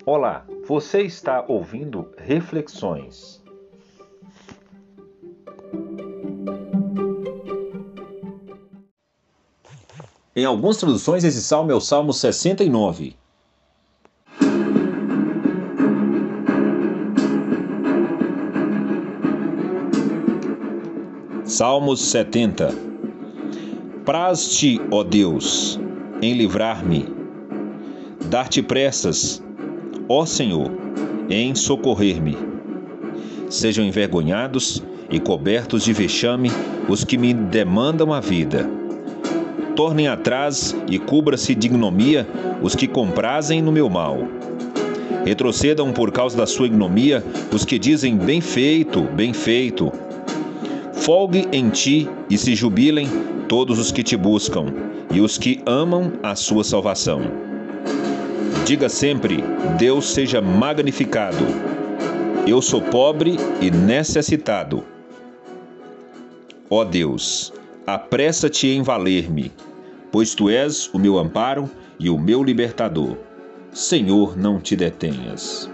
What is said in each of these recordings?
Olá, você está ouvindo Reflexões. Em algumas traduções, esse salmo é o Salmo 69. Salmos 70. Praz-te, ó Deus, em livrar-me, dar-te pressas, ó Senhor, em socorrer-me. Sejam envergonhados e cobertos de vexame os que me demandam a vida. Tornem atrás e cubra-se de ignomia os que comprazem no meu mal. Retrocedam por causa da sua ignomia os que dizem bem feito, bem feito. Folgue em ti e se jubilem todos os que te buscam e os que amam a sua salvação. Diga sempre: Deus seja magnificado. Eu sou pobre e necessitado. Ó Deus, apressa-te em valer-me, pois tu és o meu amparo e o meu libertador. Senhor, não te detenhas.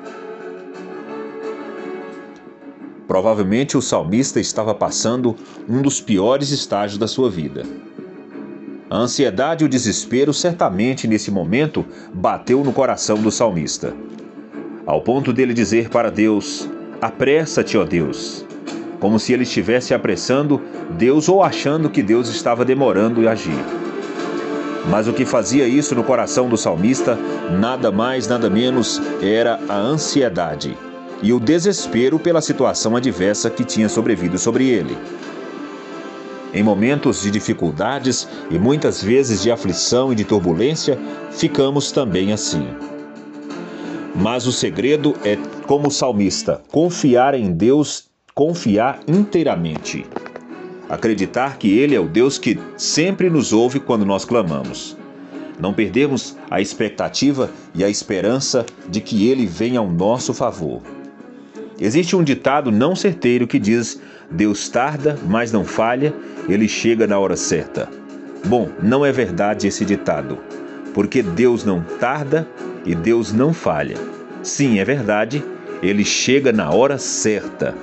Provavelmente o salmista estava passando um dos piores estágios da sua vida. A ansiedade e o desespero certamente nesse momento bateu no coração do salmista, ao ponto dele dizer para Deus: apressa-te, ó Deus, como se ele estivesse apressando Deus ou achando que Deus estava demorando a agir. Mas o que fazia isso no coração do salmista, nada mais, nada menos, era a ansiedade e o desespero pela situação adversa que tinha sobrevindo sobre ele. Em momentos de dificuldades e muitas vezes de aflição e de turbulência, ficamos também assim. Mas o segredo é, como o salmista, confiar em Deus, confiar inteiramente. Acreditar que Ele é o Deus que sempre nos ouve quando nós clamamos. Não perdermos a expectativa e a esperança de que Ele venha ao nosso favor. Existe um ditado não certeiro que diz: Deus tarda, mas não falha, Ele chega na hora certa. Bom, não é verdade esse ditado, porque Deus não tarda e Deus não falha. Sim, é verdade, Ele chega na hora certa.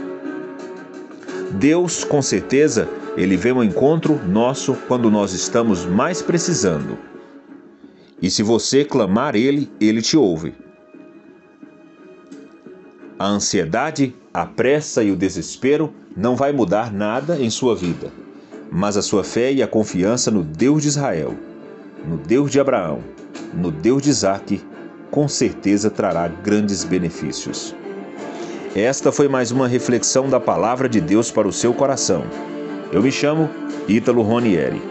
Deus, com certeza, Ele vem ao encontro nosso quando nós estamos mais precisando. E se você clamar Ele, Ele te ouve. A ansiedade, a pressa e o desespero não vai mudar nada em sua vida, mas a sua fé e a confiança no Deus de Israel, no Deus de Abraão, no Deus de Isaque, com certeza trará grandes benefícios. Esta foi mais uma reflexão da Palavra de Deus para o seu coração. Eu me chamo Ítalo Ronieri.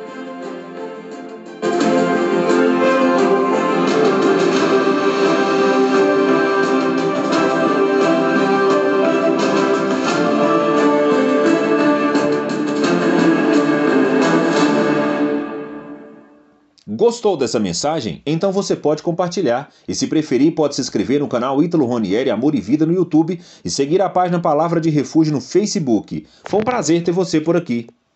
Gostou dessa mensagem? Então você pode compartilhar e, se preferir, pode se inscrever no canal Ítalo Ronieri Amor e Vida no YouTube e seguir a página Palavra de Refúgio no Facebook. Foi um prazer ter você por aqui.